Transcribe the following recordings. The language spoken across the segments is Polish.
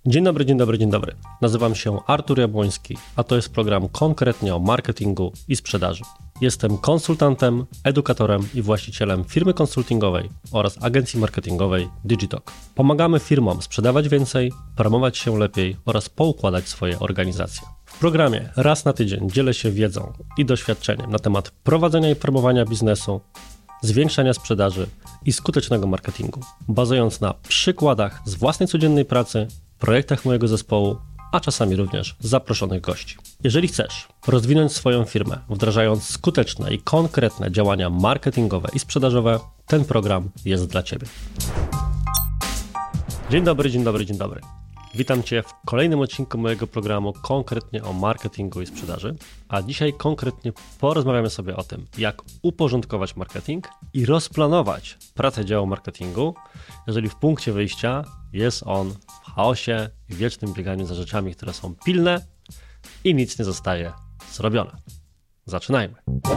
Dzień dobry, dzień dobry, dzień dobry. Nazywam się Artur Jabłoński, a to jest program konkretnie o marketingu i sprzedaży. Jestem konsultantem, edukatorem i właścicielem firmy konsultingowej oraz agencji marketingowej Digitalk. Pomagamy firmom sprzedawać więcej, promować się lepiej oraz poukładać swoje organizacje. W programie raz na tydzień dzielę się wiedzą i doświadczeniem na temat prowadzenia i promowania biznesu, zwiększania sprzedaży i skutecznego marketingu, bazując na przykładach z własnej codziennej pracy, projektach mojego zespołu, a czasami również zaproszonych gości. Jeżeli chcesz rozwinąć swoją firmę, wdrażając skuteczne i konkretne działania marketingowe i sprzedażowe, ten program jest dla Ciebie. Dzień dobry, dzień dobry, dzień dobry. Witam Cię w kolejnym odcinku mojego programu konkretnie o marketingu i sprzedaży, a dzisiaj konkretnie porozmawiamy sobie o tym, jak uporządkować marketing i rozplanować pracę działu marketingu, jeżeli w punkcie wyjścia jest on w chaosie i wiecznym bieganiu za rzeczami, które są pilne i nic nie zostaje zrobione. Zaczynajmy.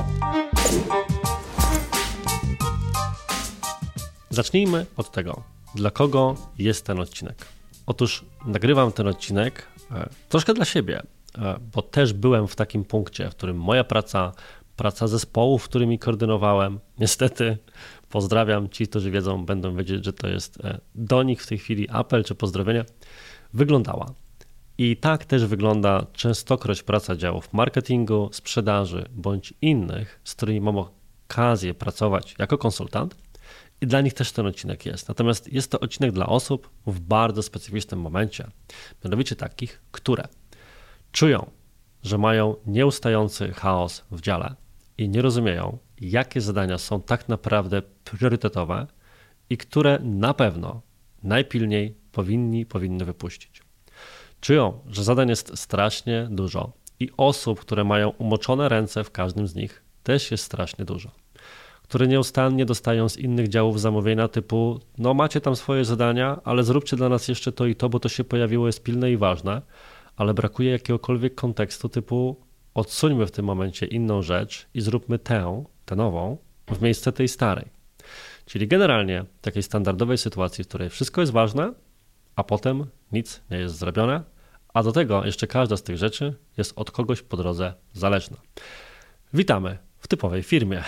Zacznijmy od tego, dla kogo jest ten odcinek. Otóż nagrywam ten odcinek troszkę dla siebie, bo też byłem w takim punkcie, w którym moja praca zespołów, którymi koordynowałem, niestety pozdrawiam ci, którzy wiedzą, będą wiedzieć, że to jest do nich w tej chwili apel czy pozdrowienia, wyglądała. I tak też wygląda częstokroć praca działów marketingu, sprzedaży bądź innych, z którymi mam okazję pracować jako konsultant. I dla nich też ten odcinek jest. Natomiast jest to odcinek dla osób w bardzo specyficznym momencie. Mianowicie takich, które czują, że mają nieustający chaos w dziale i nie rozumieją, jakie zadania są tak naprawdę priorytetowe i które na pewno najpilniej powinny wypuścić. Czują, że zadań jest strasznie dużo i osób, które mają umoczone ręce w każdym z nich, też jest strasznie dużo, które nieustannie dostają z innych działów zamówienia typu no macie tam swoje zadania, ale zróbcie dla nas jeszcze to i to, bo to się pojawiło, jest pilne i ważne, ale brakuje jakiegokolwiek kontekstu typu odsuńmy w tym momencie inną rzecz i zróbmy tę nową w miejsce tej starej. Czyli generalnie takiej standardowej sytuacji, w której wszystko jest ważne, a potem nic nie jest zrobione, a do tego jeszcze każda z tych rzeczy jest od kogoś po drodze zależna. Witamy w typowej firmie.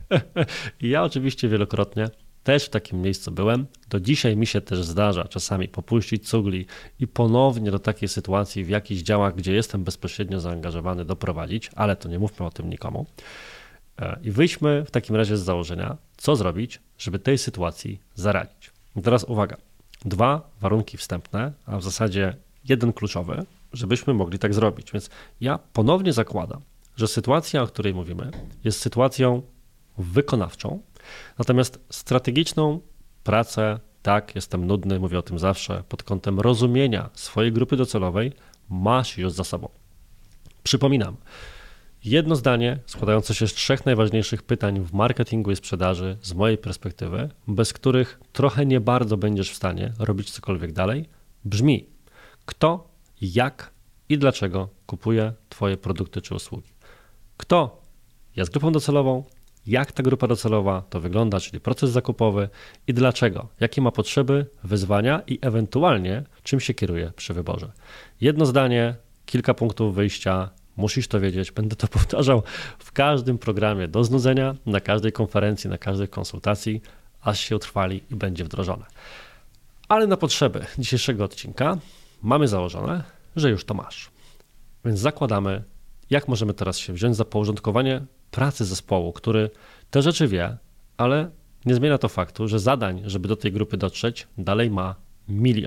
I ja oczywiście wielokrotnie też w takim miejscu byłem. Do dzisiaj mi się też zdarza czasami popuścić cugli i ponownie do takiej sytuacji w jakichś działach, gdzie jestem bezpośrednio zaangażowany, doprowadzić, ale to nie mówmy o tym nikomu. I wyjdźmy w takim razie z założenia, co zrobić, żeby tej sytuacji zaradzić. I teraz uwaga, 2 warunki wstępne, a w zasadzie 1 kluczowy, żebyśmy mogli tak zrobić. Więc ja ponownie zakładam, że sytuacja, o której mówimy, jest sytuacją wykonawczą, natomiast strategiczną pracę, tak, jestem nudny, mówię o tym zawsze, pod kątem rozumienia swojej grupy docelowej masz już za sobą. Przypominam, jedno zdanie składające się z 3 najważniejszych pytań w marketingu i sprzedaży z mojej perspektywy, bez których trochę nie bardzo będziesz w stanie robić cokolwiek dalej, brzmi: kto, jak i dlaczego kupuje Twoje produkty czy usługi. Kto jest grupą docelową, jak ta grupa docelowa to wygląda, czyli proces zakupowy i dlaczego, jakie ma potrzeby, wyzwania i ewentualnie czym się kieruje przy wyborze. Jedno zdanie, kilka punktów wyjścia, musisz to wiedzieć, będę to powtarzał w każdym programie do znudzenia, na każdej konferencji, na każdej konsultacji, aż się utrwali i będzie wdrożone. Ale na potrzeby dzisiejszego odcinka mamy założone, że już to masz. Więc zakładamy, jak możemy teraz się wziąć za porządkowanie pracy zespołu, który te rzeczy wie, ale nie zmienia to faktu, że zadań, żeby do tej grupy dotrzeć, dalej ma 1 000 000.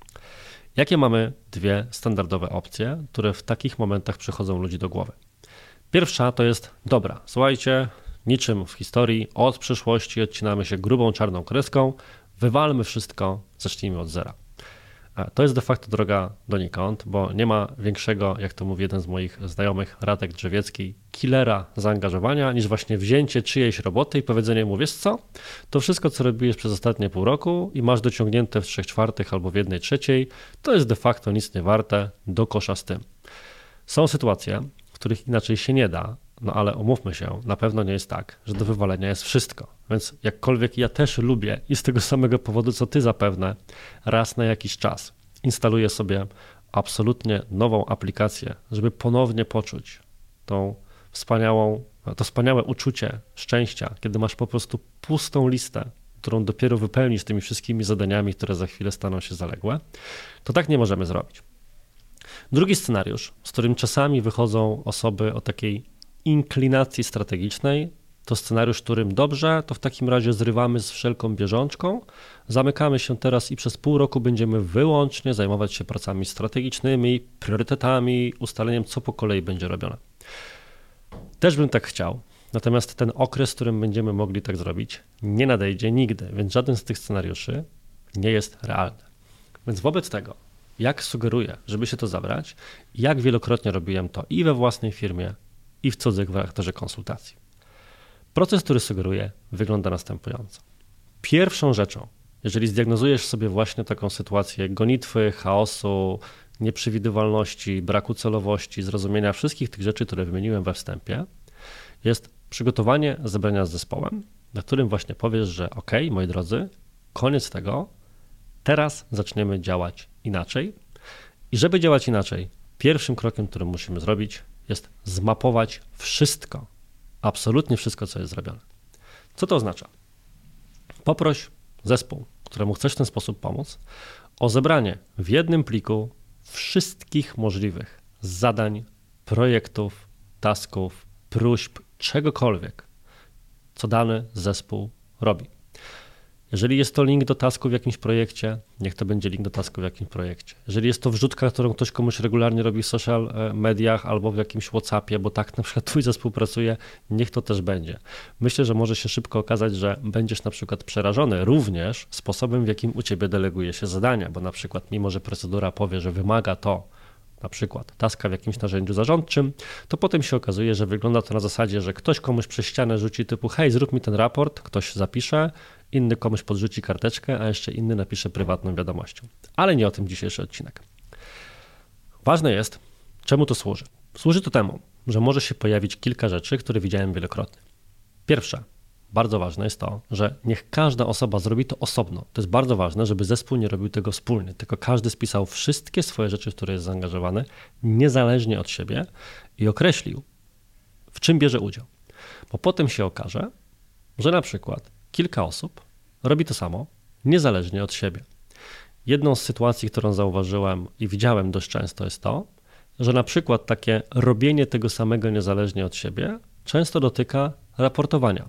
Jakie mamy 2 standardowe opcje, które w takich momentach przychodzą ludzi do głowy? Pierwsza to jest, dobra, słuchajcie, niczym w historii, od przyszłości odcinamy się grubą czarną kreską, wywalmy wszystko, zacznijmy od zera. To jest de facto droga donikąd, bo nie ma większego, jak to mówi jeden z moich znajomych, Radek Drzewiecki, killera zaangażowania, niż właśnie wzięcie czyjejś roboty i powiedzenie mu, wiesz co, to wszystko, co robiłeś przez ostatnie pół roku i masz dociągnięte w 3/4 albo w 1/3, to jest de facto nic nie warte, do kosza z tym. Są sytuacje, w których inaczej się nie da, no ale umówmy się, na pewno nie jest tak, że do wywalenia jest wszystko. Więc jakkolwiek ja też lubię i z tego samego powodu, co ty zapewne, raz na jakiś czas instaluję sobie absolutnie nową aplikację, żeby ponownie poczuć to wspaniałe uczucie szczęścia, kiedy masz po prostu pustą listę, którą dopiero wypełnisz tymi wszystkimi zadaniami, które za chwilę staną się zaległe, to tak nie możemy zrobić. Drugi scenariusz, z którym czasami wychodzą osoby o takiej inklinacji strategicznej, to scenariusz, w którym dobrze, to w takim razie zrywamy z wszelką bieżączką, zamykamy się teraz i przez pół roku będziemy wyłącznie zajmować się pracami strategicznymi, priorytetami, ustaleniem, co po kolei będzie robione. Też bym tak chciał, natomiast ten okres, w którym będziemy mogli tak zrobić, nie nadejdzie nigdy, więc żaden z tych scenariuszy nie jest realny. Więc wobec tego, jak sugeruję, żeby się to zabrać, jak wielokrotnie robiłem to i we własnej firmie, i w cudzych w charakterze konsultacji. Proces, który sugeruję, wygląda następująco. Pierwszą rzeczą, jeżeli zdiagnozujesz sobie właśnie taką sytuację gonitwy, chaosu, nieprzewidywalności, braku celowości, zrozumienia wszystkich tych rzeczy, które wymieniłem we wstępie, jest przygotowanie zebrania z zespołem, na którym właśnie powiesz, że ok, moi drodzy, koniec tego, teraz zaczniemy działać inaczej i żeby działać inaczej, pierwszym krokiem, który musimy zrobić, jest zmapować wszystko, absolutnie wszystko, co jest zrobione. Co to oznacza? Poproś zespół, któremu chcesz w ten sposób pomóc, o zebranie w jednym pliku wszystkich możliwych zadań, projektów, tasków, próśb, czegokolwiek, co dany zespół robi. Jeżeli jest to link do tasku w jakimś projekcie, niech to będzie link do tasku w jakimś projekcie. Jeżeli jest to wrzutka, którą ktoś komuś regularnie robi w social mediach albo w jakimś WhatsAppie, bo tak na przykład twój zespół pracuje, niech to też będzie. Myślę, że może się szybko okazać, że będziesz na przykład przerażony również sposobem, w jakim u ciebie deleguje się zadania, bo na przykład mimo, że procedura powie, że wymaga to na przykład taska w jakimś narzędziu zarządczym, to potem się okazuje, że wygląda to na zasadzie, że ktoś komuś przez ścianę rzuci typu hej, zrób mi ten raport, ktoś zapisze, inny komuś podrzuci karteczkę, a jeszcze inny napisze prywatną wiadomością. Ale nie o tym dzisiejszy odcinek. Ważne jest, czemu to służy. Służy to temu, że może się pojawić kilka rzeczy, które widziałem wielokrotnie. Pierwsza, bardzo ważne jest to, że niech każda osoba zrobi to osobno. To jest bardzo ważne, żeby zespół nie robił tego wspólnie, tylko każdy spisał wszystkie swoje rzeczy, w które jest zaangażowany, niezależnie od siebie i określił, w czym bierze udział. Bo potem się okaże, że na przykład kilka osób robi to samo, niezależnie od siebie. Jedną z sytuacji, którą zauważyłem i widziałem dość często jest to, że na przykład takie robienie tego samego niezależnie od siebie często dotyka raportowania.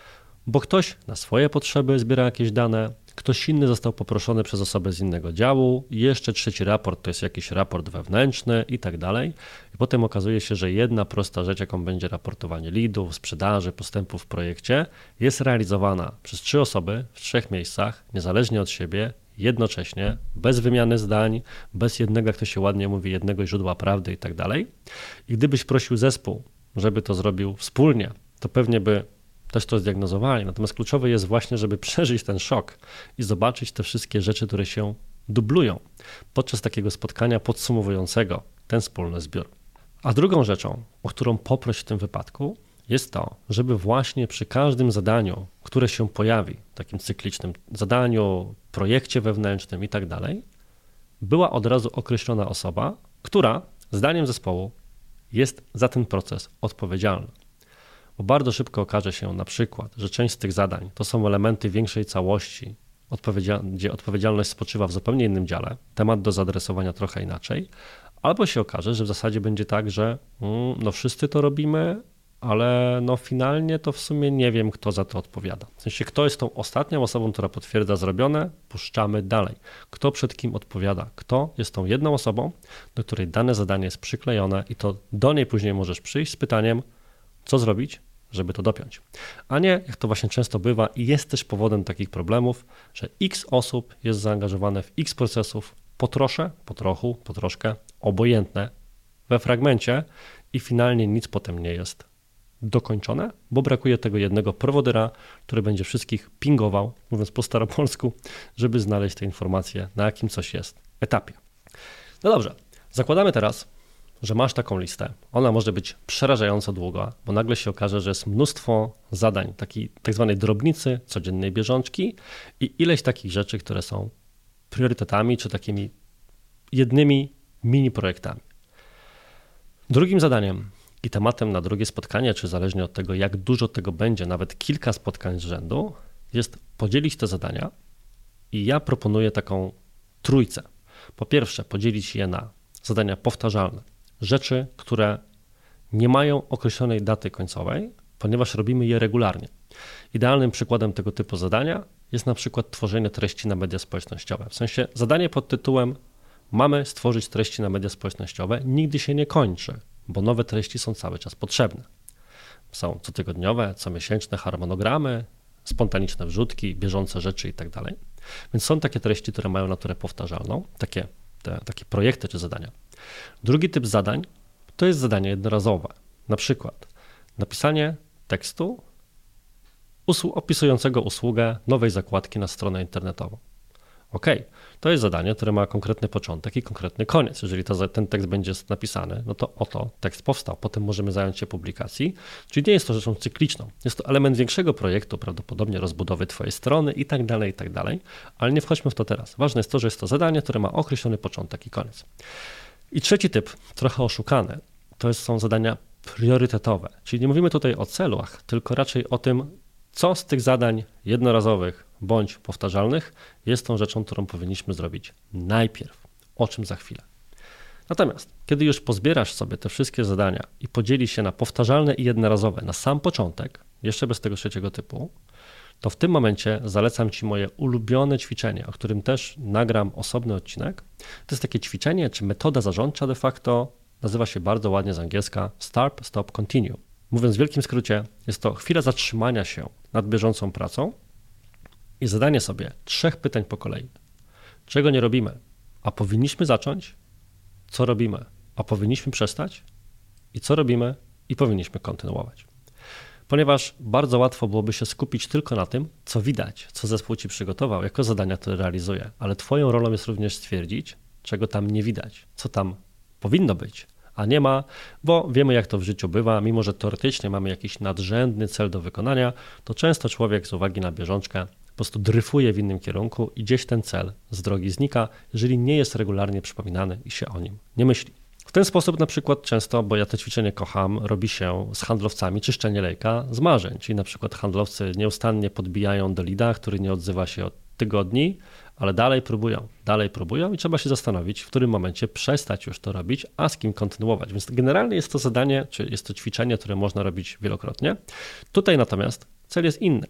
Bo ktoś na swoje potrzeby zbiera jakieś dane, ktoś inny został poproszony przez osobę z innego działu, jeszcze trzeci raport to jest jakiś raport wewnętrzny i tak dalej. I potem okazuje się, że jedna prosta rzecz, jaką będzie raportowanie leadów, sprzedaży, postępów w projekcie, jest realizowana przez 3 osoby w 3 miejscach, niezależnie od siebie, jednocześnie, bez wymiany zdań, bez jednego, jak to się ładnie mówi, jednego źródła prawdy i tak dalej. I gdybyś prosił zespół, żeby to zrobił wspólnie, to pewnie by też to zdiagnozowali. Natomiast kluczowe jest właśnie, żeby przeżyć ten szok i zobaczyć te wszystkie rzeczy, które się dublują podczas takiego spotkania podsumowującego ten wspólny zbiór. A drugą rzeczą, o którą poproś w tym wypadku, jest to, żeby właśnie przy każdym zadaniu, które się pojawi, takim cyklicznym zadaniu, projekcie wewnętrznym i tak dalej, była od razu określona osoba, która zdaniem zespołu jest za ten proces odpowiedzialna. Bo bardzo szybko okaże się na przykład, że część z tych zadań to są elementy większej całości, gdzie odpowiedzialność spoczywa w zupełnie innym dziale, temat do zaadresowania trochę inaczej, albo się okaże, że w zasadzie będzie tak, że no wszyscy to robimy, ale no finalnie to w sumie nie wiem, kto za to odpowiada. W sensie, kto jest tą ostatnią osobą, która potwierdza zrobione, puszczamy dalej. Kto przed kim odpowiada, kto jest tą jedną osobą, do której dane zadanie jest przyklejone i to do niej później możesz przyjść z pytaniem, co zrobić, żeby to dopiąć. A nie, jak to właśnie często bywa i jest też powodem takich problemów, że x osób jest zaangażowane w x procesów po trosze, po trochu, po troszkę, obojętne, we fragmencie i finalnie nic potem nie jest dokończone, bo brakuje tego jednego prowodera, który będzie wszystkich pingował, mówiąc po staropolsku, żeby znaleźć te informacje, na jakim coś jest etapie. No dobrze, zakładamy teraz, że masz taką listę. Ona może być przerażająco długa, bo nagle się okaże, że jest mnóstwo zadań, takiej tak zwanej drobnicy, codziennej bieżączki i ileś takich rzeczy, które są priorytetami, czy takimi jednymi mini projektami. Drugim zadaniem i tematem na drugie spotkanie, czy zależnie od tego, jak dużo tego będzie, nawet kilka spotkań z rzędu, jest podzielić te zadania i ja proponuję taką trójcę. Po pierwsze, podzielić je na zadania powtarzalne, rzeczy, które nie mają określonej daty końcowej, ponieważ robimy je regularnie. Idealnym przykładem tego typu zadania jest na przykład tworzenie treści na media społecznościowe. W sensie zadanie pod tytułem mamy stworzyć treści na media społecznościowe nigdy się nie kończy, bo nowe treści są cały czas potrzebne. Są cotygodniowe, comiesięczne harmonogramy, spontaniczne wrzutki, bieżące rzeczy itd. Więc są takie treści, które mają naturę powtarzalną, takie projekty czy zadania. Drugi typ zadań to jest zadanie jednorazowe. Na przykład napisanie tekstu opisującego usługę nowej zakładki na stronę internetową. OK, to jest zadanie, które ma konkretny początek i konkretny koniec. Jeżeli ten tekst będzie napisany, no to oto tekst powstał. Potem możemy zająć się publikacji, czyli nie jest to rzeczą cykliczną. Jest to element większego projektu, prawdopodobnie rozbudowy twojej strony i tak dalej, ale nie wchodźmy w to teraz. Ważne jest to, że jest to zadanie, które ma określony początek i koniec. I trzeci typ, trochę oszukany, to są zadania priorytetowe, czyli nie mówimy tutaj o celach, tylko raczej o tym, co z tych zadań jednorazowych bądź powtarzalnych jest tą rzeczą, którą powinniśmy zrobić najpierw, o czym za chwilę. Natomiast kiedy już pozbierasz sobie te wszystkie zadania i podzielisz się na powtarzalne i jednorazowe na sam początek, jeszcze bez tego trzeciego typu, to w tym momencie zalecam Ci moje ulubione ćwiczenie, o którym też nagram osobny odcinek. To jest takie ćwiczenie, czy metoda zarządcza de facto, nazywa się bardzo ładnie z angielska Start, Stop, Continue. Mówiąc w wielkim skrócie, jest to chwila zatrzymania się nad bieżącą pracą i zadanie sobie 3 pytań po kolei. Czego nie robimy? A powinniśmy zacząć? Co robimy? A powinniśmy przestać? I co robimy? I powinniśmy kontynuować. Ponieważ bardzo łatwo byłoby się skupić tylko na tym, co widać, co zespół Ci przygotował jako zadania, które realizuje, ale Twoją rolą jest również stwierdzić, czego tam nie widać, co tam powinno być, a nie ma, bo wiemy, jak to w życiu bywa, mimo że teoretycznie mamy jakiś nadrzędny cel do wykonania, to często człowiek z uwagi na bieżączkę po prostu dryfuje w innym kierunku i gdzieś ten cel z drogi znika, jeżeli nie jest regularnie przypominany i się o nim nie myśli. W ten sposób na przykład często, bo ja to ćwiczenie kocham, robi się z handlowcami czyszczenie lejka z marzeń, czyli na przykład handlowcy nieustannie podbijają do lida, który nie odzywa się od tygodni, ale dalej próbują i trzeba się zastanowić, w którym momencie przestać już to robić, a z kim kontynuować. Więc generalnie jest to zadanie, czy jest to ćwiczenie, które można robić wielokrotnie. Tutaj natomiast cel jest inny,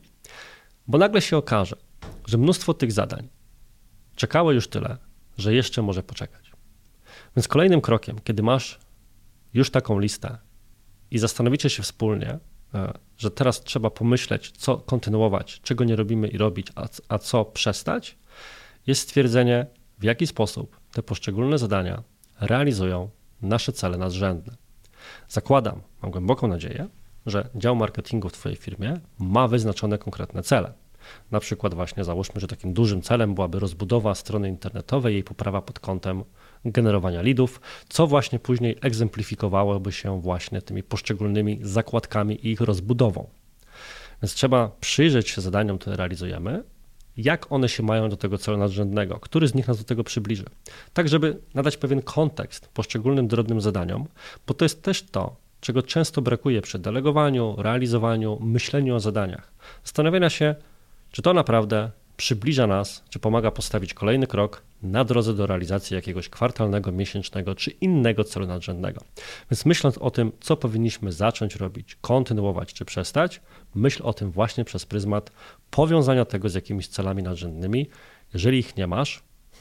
bo nagle się okaże, że mnóstwo tych zadań czekało już tyle, że jeszcze może poczekać. Więc kolejnym krokiem, kiedy masz już taką listę i zastanowicie się wspólnie, że teraz trzeba pomyśleć, co kontynuować, czego nie robimy i robić, a co przestać, jest stwierdzenie, w jaki sposób te poszczególne zadania realizują nasze cele nadrzędne. Zakładam, mam głęboką nadzieję, że dział marketingu w Twojej firmie ma wyznaczone konkretne cele. Na przykład właśnie załóżmy, że takim dużym celem byłaby rozbudowa strony internetowej, jej poprawa pod kątem generowania leadów, co właśnie później egzemplifikowałoby się właśnie tymi poszczególnymi zakładkami i ich rozbudową. Więc trzeba przyjrzeć się zadaniom, które realizujemy, jak one się mają do tego celu nadrzędnego, który z nich nas do tego przybliży. Tak, żeby nadać pewien kontekst poszczególnym drobnym zadaniom, bo to jest też to, czego często brakuje przy delegowaniu, realizowaniu, myśleniu o zadaniach. Zastanawiania się, czy to naprawdę przybliża nas, czy pomaga postawić kolejny krok na drodze do realizacji jakiegoś kwartalnego, miesięcznego czy innego celu nadrzędnego. Więc myśląc o tym, co powinniśmy zacząć robić, kontynuować czy przestać, myśl o tym właśnie przez pryzmat powiązania tego z jakimiś celami nadrzędnymi. Jeżeli ich nie masz,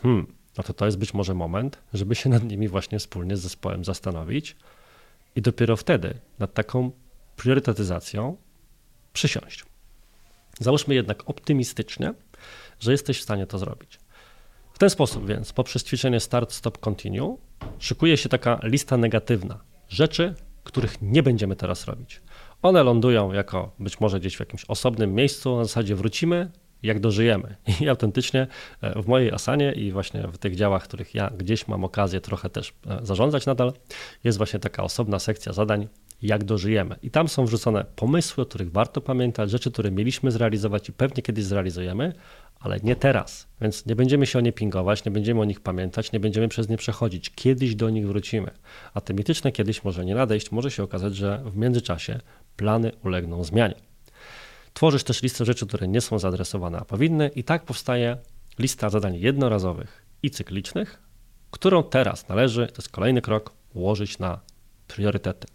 no to jest być może moment, żeby się nad nimi właśnie wspólnie z zespołem zastanowić i dopiero wtedy nad taką priorytetyzacją przysiąść. Załóżmy jednak optymistycznie, że jesteś w stanie to zrobić. W ten sposób więc poprzez ćwiczenie Start, Stop, Continue szykuje się taka lista negatywna rzeczy, których nie będziemy teraz robić. One lądują jako być może gdzieś w jakimś osobnym miejscu, na zasadzie wrócimy, jak dożyjemy. I autentycznie w mojej Asanie i właśnie w tych działach, których ja gdzieś mam okazję trochę też zarządzać nadal, jest właśnie taka osobna sekcja zadań, jak dożyjemy. I tam są wrzucone pomysły, o których warto pamiętać, rzeczy, które mieliśmy zrealizować i pewnie kiedyś zrealizujemy, ale nie teraz, więc nie będziemy się o nie pingować, nie będziemy o nich pamiętać, nie będziemy przez nie przechodzić. Kiedyś do nich wrócimy, a te mityczne kiedyś może nie nadejść, może się okazać, że w międzyczasie plany ulegną zmianie. Tworzysz też listę rzeczy, które nie są zaadresowane, a powinny, i tak powstaje lista zadań jednorazowych i cyklicznych, którą teraz należy, to jest kolejny krok, ułożyć na priorytety.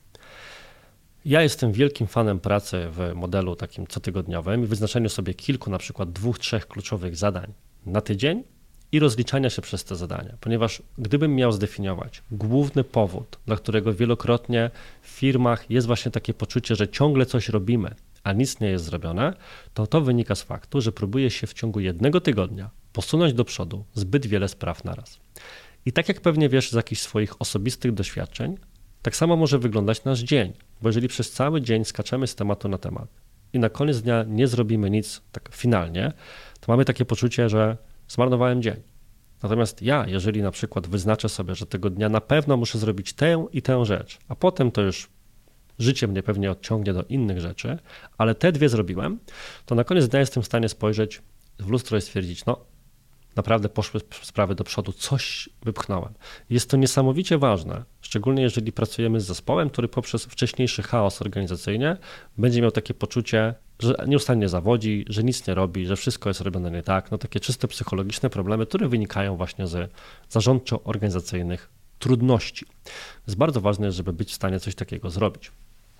Ja jestem wielkim fanem pracy w modelu takim cotygodniowym i wyznaczeniu sobie kilku, na przykład 2-3 kluczowych zadań na tydzień i rozliczania się przez te zadania, ponieważ gdybym miał zdefiniować główny powód, dla którego wielokrotnie w firmach jest właśnie takie poczucie, że ciągle coś robimy, a nic nie jest zrobione, to wynika z faktu, że próbuje się w ciągu jednego tygodnia posunąć do przodu zbyt wiele spraw naraz. I tak jak pewnie wiesz z jakichś swoich osobistych doświadczeń, tak samo może wyglądać nasz dzień, bo jeżeli przez cały dzień skaczemy z tematu na temat i na koniec dnia nie zrobimy nic tak finalnie, to mamy takie poczucie, że zmarnowałem dzień. Natomiast ja, jeżeli na przykład wyznaczę sobie, że tego dnia na pewno muszę zrobić tę i tę rzecz, a potem to już życie mnie pewnie odciągnie do innych rzeczy, ale te 2 zrobiłem, to na koniec dnia jestem w stanie spojrzeć w lustro i stwierdzić, naprawdę poszły sprawy do przodu, coś wypchnąłem. Jest to niesamowicie ważne, szczególnie jeżeli pracujemy z zespołem, który poprzez wcześniejszy chaos organizacyjnie będzie miał takie poczucie, że nieustannie zawodzi, że nic nie robi, że wszystko jest robione nie tak. Takie czyste psychologiczne problemy, które wynikają właśnie z zarządczo-organizacyjnych trudności. Jest bardzo ważne, żeby być w stanie coś takiego zrobić.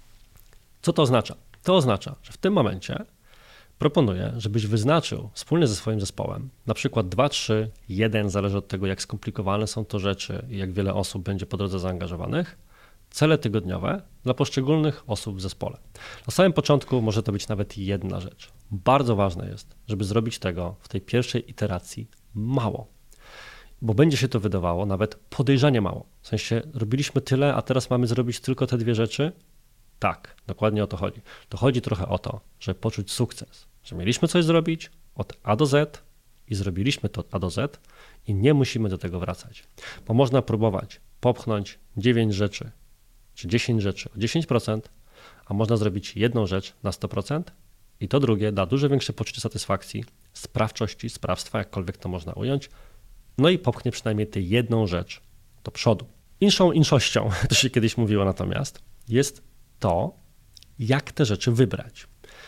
Co to oznacza? To oznacza, że w tym momencie proponuję, żebyś wyznaczył wspólnie ze swoim zespołem, na przykład 2, 3, 1, zależy od tego, jak skomplikowane są to rzeczy i jak wiele osób będzie po drodze zaangażowanych, cele tygodniowe dla poszczególnych osób w zespole. Na samym początku może to być nawet jedna rzecz. Bardzo ważne jest, żeby zrobić tego w tej pierwszej iteracji mało, bo będzie się to wydawało nawet podejrzanie mało. W sensie robiliśmy tyle, a teraz mamy zrobić tylko te 2 rzeczy? Tak, dokładnie o to chodzi. To chodzi trochę o to, żeby poczuć sukces, że mieliśmy coś zrobić od A do Z i zrobiliśmy to od A do Z i nie musimy do tego wracać, bo można próbować popchnąć 9 rzeczy czy 10 rzeczy o 10%, a można zrobić jedną rzecz na 100% i to drugie da dużo większe poczucie satysfakcji, sprawczości, sprawstwa, jakkolwiek to można ująć, no i popchnie przynajmniej tę jedną rzecz do przodu. Inszością, to się kiedyś mówiło natomiast, jest to, jak te rzeczy wybrać.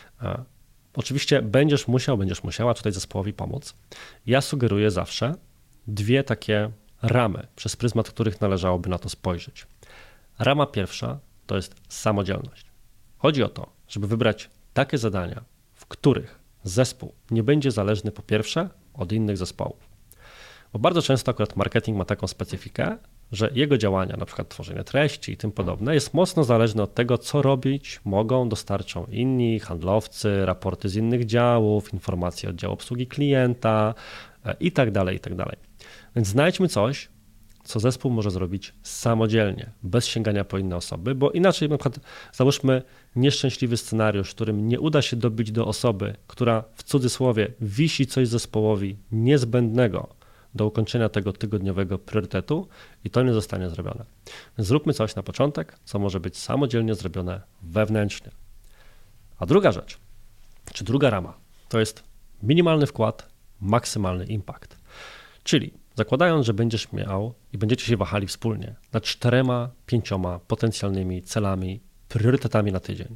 Oczywiście będziesz musiała tutaj zespołowi pomóc. Ja sugeruję zawsze 2 takie ramy, przez pryzmat których należałoby na to spojrzeć. Rama pierwsza to jest samodzielność. Chodzi o to, żeby wybrać takie zadania, w których zespół nie będzie zależny po pierwsze od innych zespołów. Bo bardzo często akurat marketing ma taką specyfikę, że jego działania, na przykład tworzenie treści i tym podobne, jest mocno zależne od tego, co robić dostarczą inni handlowcy, raporty z innych działów, informacje od działu obsługi klienta i tak dalej, i tak dalej. Więc znajdźmy coś, co zespół może zrobić samodzielnie, bez sięgania po inne osoby, bo inaczej na przykład załóżmy nieszczęśliwy scenariusz, w którym nie uda się dobić do osoby, która w cudzysłowie wisi coś zespołowi niezbędnego do ukończenia tego tygodniowego priorytetu i to nie zostanie zrobione. Więc zróbmy coś na początek, co może być samodzielnie zrobione wewnętrznie. A druga rzecz, czy druga rama, to jest minimalny wkład, maksymalny impact. Czyli zakładając, że będziesz miał i będziecie się wahali wspólnie nad 4-5 potencjalnymi celami, priorytetami na tydzień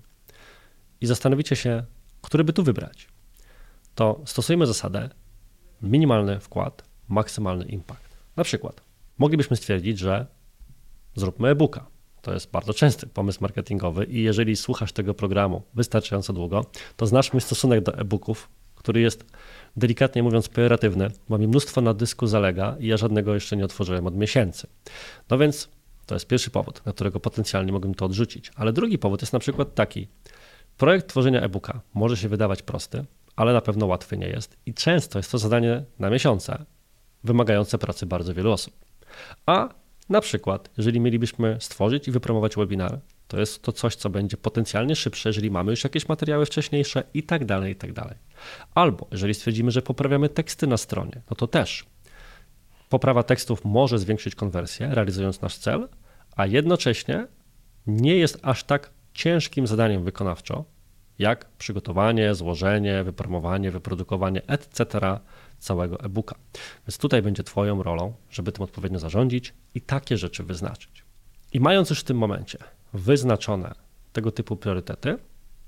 i zastanowicie się, który by tu wybrać, to stosujmy zasadę minimalny wkład, maksymalny impact. Na przykład moglibyśmy stwierdzić, że zróbmy e-booka. To jest bardzo częsty pomysł marketingowy i jeżeli słuchasz tego programu wystarczająco długo, to znasz mój stosunek do e-booków, który jest delikatnie mówiąc pejoratywny, bo mi mnóstwo na dysku zalega i ja żadnego jeszcze nie otworzyłem od miesięcy. No więc to jest pierwszy powód, na którego potencjalnie mogłem to odrzucić. Ale drugi powód jest na przykład taki. Projekt tworzenia e-booka może się wydawać prosty, ale na pewno łatwy nie jest i często jest to zadanie na miesiące, wymagające pracy bardzo wielu osób. A na przykład, jeżeli mielibyśmy stworzyć i wypromować webinar, to jest to coś, co będzie potencjalnie szybsze, jeżeli mamy już jakieś materiały wcześniejsze i tak dalej, i tak dalej. Albo jeżeli stwierdzimy, że poprawiamy teksty na stronie, no to też poprawa tekstów może zwiększyć konwersję, realizując nasz cel, a jednocześnie nie jest aż tak ciężkim zadaniem wykonawczo, jak przygotowanie, złożenie, wypromowanie, wyprodukowanie, etc. całego e-booka. Więc tutaj będzie Twoją rolą, żeby tym odpowiednio zarządzić i takie rzeczy wyznaczyć. I mając już w tym momencie wyznaczone tego typu priorytety,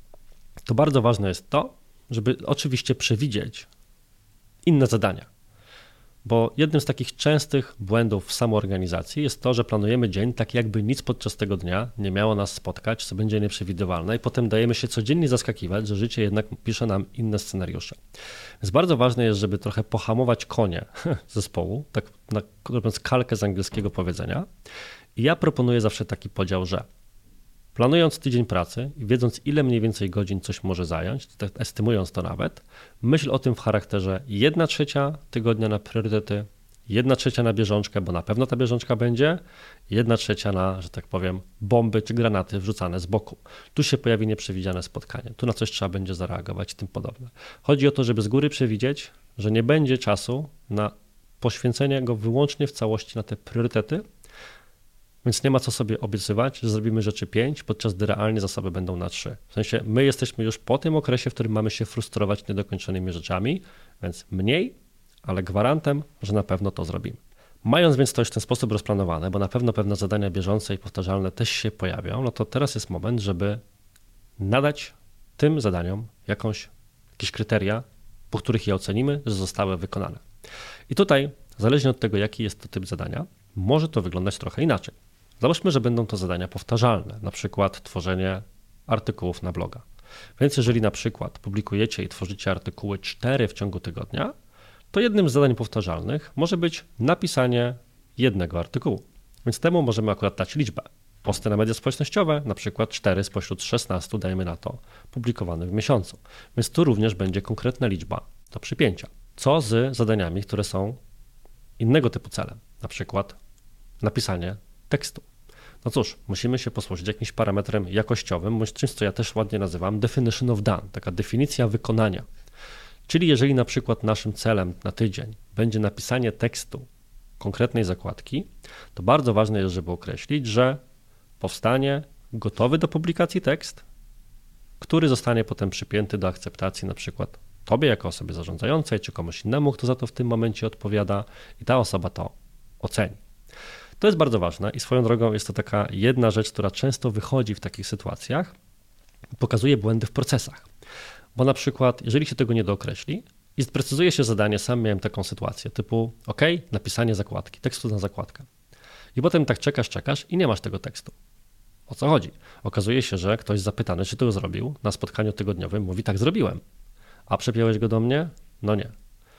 to bardzo ważne jest to, żeby oczywiście przewidzieć inne zadania. Bo jednym z takich częstych błędów w samoorganizacji jest to, że planujemy dzień tak jakby nic podczas tego dnia nie miało nas spotkać, co będzie nieprzewidywalne i potem dajemy się codziennie zaskakiwać, że życie jednak pisze nam inne scenariusze. Więc bardzo ważne jest, żeby trochę pohamować konie zespołu, tak robiąc kalkę z angielskiego powiedzenia. I ja proponuję zawsze taki podział, że planując tydzień pracy i wiedząc, ile mniej więcej godzin coś może zająć, estymując to nawet, myśl o tym w charakterze 1/3 tygodnia na priorytety, 1/3 na bieżączkę, bo na pewno ta bieżączka będzie, 1/3 na, że tak powiem, bomby czy granaty wrzucane z boku. Tu się pojawi nieprzewidziane spotkanie, tu na coś trzeba będzie zareagować i tym podobne. Chodzi o to, żeby z góry przewidzieć, że nie będzie czasu na poświęcenie go wyłącznie w całości na te priorytety, więc nie ma co sobie obiecywać, że zrobimy rzeczy 5, podczas gdy realnie zasoby będą na 3. W sensie my jesteśmy już po tym okresie, w którym mamy się frustrować niedokończonymi rzeczami, więc mniej, ale gwarantem, że na pewno to zrobimy. Mając więc to już w ten sposób rozplanowane, bo na pewno pewne zadania bieżące i powtarzalne też się pojawią, no to teraz jest moment, żeby nadać tym zadaniom jakieś kryteria, po których je ocenimy, że zostały wykonane. I tutaj, zależnie od tego, jaki jest to typ zadania, może to wyglądać trochę inaczej. Załóżmy, że będą to zadania powtarzalne, na przykład tworzenie artykułów na bloga. Więc jeżeli na przykład publikujecie i tworzycie artykuły 4 w ciągu tygodnia, to jednym z zadań powtarzalnych może być napisanie jednego artykułu. Więc temu możemy akurat dać liczbę. Posty na media społecznościowe, na przykład 4 spośród 16, dajmy na to, publikowanych w miesiącu. Więc tu również będzie konkretna liczba do przypięcia. Co z zadaniami, które są innego typu celem, na przykład napisanie tekstu? No cóż, musimy się posłużyć jakimś parametrem jakościowym, bądź czymś, co ja też ładnie nazywam definition of done, taka definicja wykonania. Czyli jeżeli na przykład naszym celem na tydzień będzie napisanie tekstu konkretnej zakładki, to bardzo ważne jest, żeby określić, że powstanie gotowy do publikacji tekst, który zostanie potem przypięty do akceptacji na przykład Tobie jako osobie zarządzającej, czy komuś innemu, kto za to w tym momencie odpowiada i ta osoba to oceni. To jest bardzo ważne i swoją drogą jest to taka jedna rzecz, która często wychodzi w takich sytuacjach i pokazuje błędy w procesach. Bo na przykład, jeżeli się tego nie dookreśli i sprecyzuje się zadanie, sam miałem taką sytuację typu napisanie zakładki, tekstu na zakładkę. I potem tak czekasz i nie masz tego tekstu. O co chodzi? Okazuje się, że ktoś zapytany, czy to zrobił, na spotkaniu tygodniowym mówi, tak, zrobiłem. A przepiąłeś go do mnie? No nie.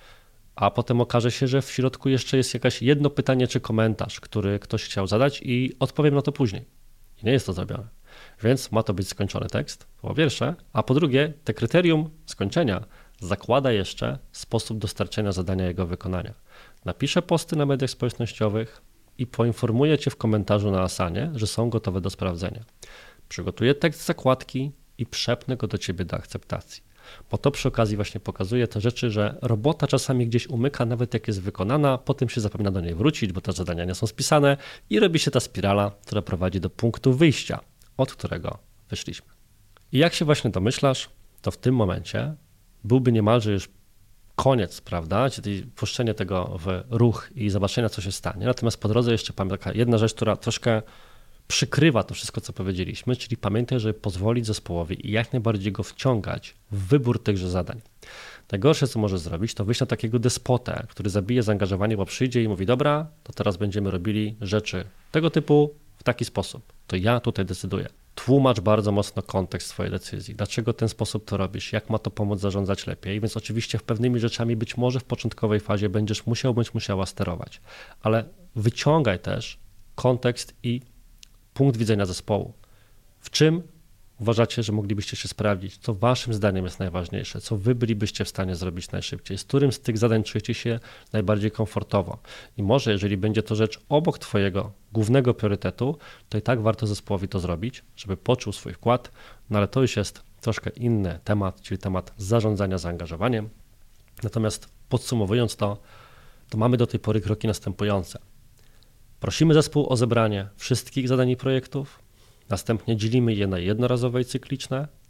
A potem okaże się, że w środku jeszcze jest jakieś jedno pytanie czy komentarz, który ktoś chciał zadać i odpowiem na to później. I nie jest to zrobione. Więc ma to być skończony tekst, po pierwsze, a po drugie, te kryterium skończenia zakłada jeszcze sposób dostarczenia zadania jego wykonania. Napiszę posty na mediach społecznościowych i poinformuję Cię w komentarzu na Asanie, że są gotowe do sprawdzenia. Przygotuję tekst zakładki i przepnę go do Ciebie do akceptacji. Bo to przy okazji właśnie pokazuje te rzeczy, że robota czasami gdzieś umyka, nawet jak jest wykonana, potem się zapomina do niej wrócić, bo te zadania nie są spisane i robi się ta spirala, która prowadzi do punktu wyjścia, od którego wyszliśmy. I jak się właśnie domyślasz, to w tym momencie byłby niemalże już koniec, prawda, czyli puszczenie tego w ruch i zobaczenia, co się stanie. Natomiast po drodze jeszcze taka jedna rzecz, która troszkę przykrywa to wszystko, co powiedzieliśmy, czyli pamiętaj, żeby pozwolić zespołowi i jak najbardziej go wciągać w wybór tychże zadań. Najgorsze, co może zrobić, to wyjść na takiego despotę, który zabije zaangażowanie, bo przyjdzie i mówi, dobra, to teraz będziemy robili rzeczy tego typu w taki sposób. To ja tutaj decyduję. Tłumacz bardzo mocno kontekst swojej decyzji. Dlaczego w ten sposób to robisz? Jak ma to pomóc zarządzać lepiej? Więc oczywiście w pewnymi rzeczami być może w początkowej fazie będziesz musiała sterować, ale wyciągaj też kontekst i punkt widzenia zespołu. W czym uważacie, że moglibyście się sprawdzić? Co waszym zdaniem jest najważniejsze? Co wy bylibyście w stanie zrobić najszybciej? Z którym z tych zadań czujecie się najbardziej komfortowo? I może, jeżeli będzie to rzecz obok twojego głównego priorytetu, to i tak warto zespołowi to zrobić, żeby poczuł swój wkład, no ale to już jest troszkę inny temat, czyli temat zarządzania zaangażowaniem. Natomiast podsumowując to mamy do tej pory kroki następujące. Prosimy zespół o zebranie wszystkich zadań i projektów, następnie dzielimy je na jednorazowe i cykliczne,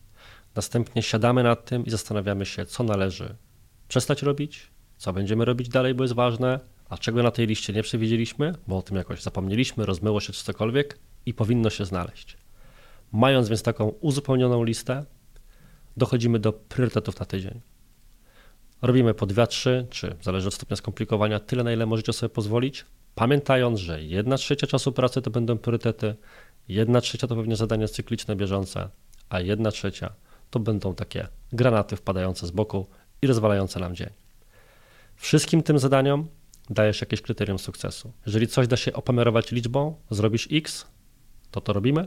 Następnie siadamy nad tym i zastanawiamy się, co należy przestać robić, co będziemy robić dalej, bo jest ważne, a czego na tej liście nie przewidzieliśmy, bo o tym jakoś zapomnieliśmy, rozmyło się czy cokolwiek i powinno się znaleźć. Mając więc taką uzupełnioną listę, dochodzimy do priorytetów na tydzień. Robimy po 2, 3, czy zależy od stopnia skomplikowania, tyle na ile możecie sobie pozwolić, pamiętając, że 1/3 czasu pracy to będą priorytety, 1/3 to pewnie zadania cykliczne, bieżące, a 1/3 to będą takie granaty wpadające z boku i rozwalające nam dzień. Wszystkim tym zadaniom dajesz jakieś kryterium sukcesu. Jeżeli coś da się opomiarować liczbą, zrobisz X, to robimy,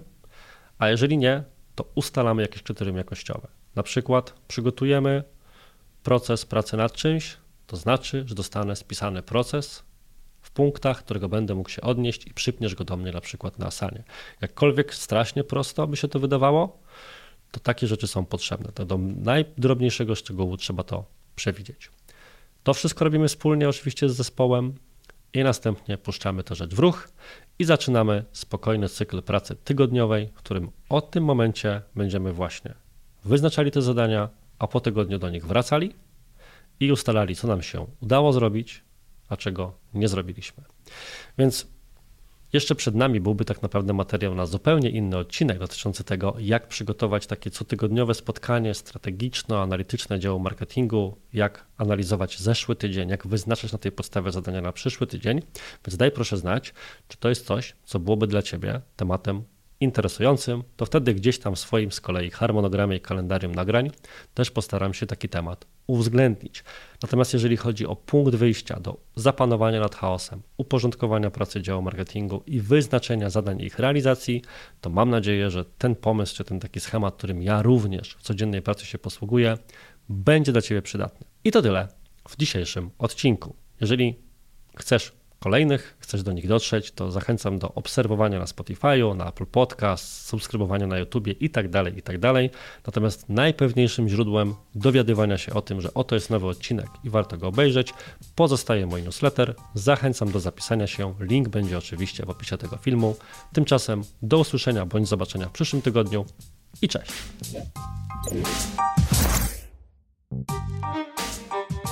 a jeżeli nie, to ustalamy jakieś kryterium jakościowe. Na przykład przygotujemy proces pracy nad czymś, to znaczy, że dostanę spisany proces w punktach, którego będę mógł się odnieść i przypniesz go do mnie na przykład na Asanie. Jakkolwiek strasznie prosto by się to wydawało, to takie rzeczy są potrzebne. To do najdrobniejszego szczegółu trzeba to przewidzieć. To wszystko robimy wspólnie oczywiście z zespołem i następnie puszczamy tę rzecz w ruch i zaczynamy spokojny cykl pracy tygodniowej, w którym od tym momencie będziemy właśnie wyznaczali te zadania, a po tygodniu do nich wracali i ustalali, co nam się udało zrobić, a czego nie zrobiliśmy. Więc jeszcze przed nami byłby tak naprawdę materiał na zupełnie inny odcinek dotyczący tego, jak przygotować takie cotygodniowe spotkanie strategiczno-analityczne działu marketingu, jak analizować zeszły tydzień, jak wyznaczać na tej podstawie zadania na przyszły tydzień. Więc daj proszę znać, czy to jest coś, co byłoby dla Ciebie tematem interesującym, to wtedy gdzieś tam w swoim z kolei harmonogramie i kalendarium nagrań też postaram się taki temat uwzględnić. Natomiast jeżeli chodzi o punkt wyjścia do zapanowania nad chaosem, uporządkowania pracy działu marketingu i wyznaczenia zadań i ich realizacji, to mam nadzieję, że ten pomysł czy ten taki schemat, którym ja również w codziennej pracy się posługuję, będzie dla Ciebie przydatny. I to tyle w dzisiejszym odcinku. Jeżeli chcesz kolejnych, chcesz do nich dotrzeć, to zachęcam do obserwowania na Spotify'u, na Apple Podcast, subskrybowania na YouTubie i tak dalej. Natomiast najpewniejszym źródłem dowiadywania się o tym, że oto jest nowy odcinek i warto go obejrzeć, pozostaje mój newsletter. Zachęcam do zapisania się. Link będzie oczywiście w opisie tego filmu. Tymczasem do usłyszenia bądź zobaczenia w przyszłym tygodniu i cześć.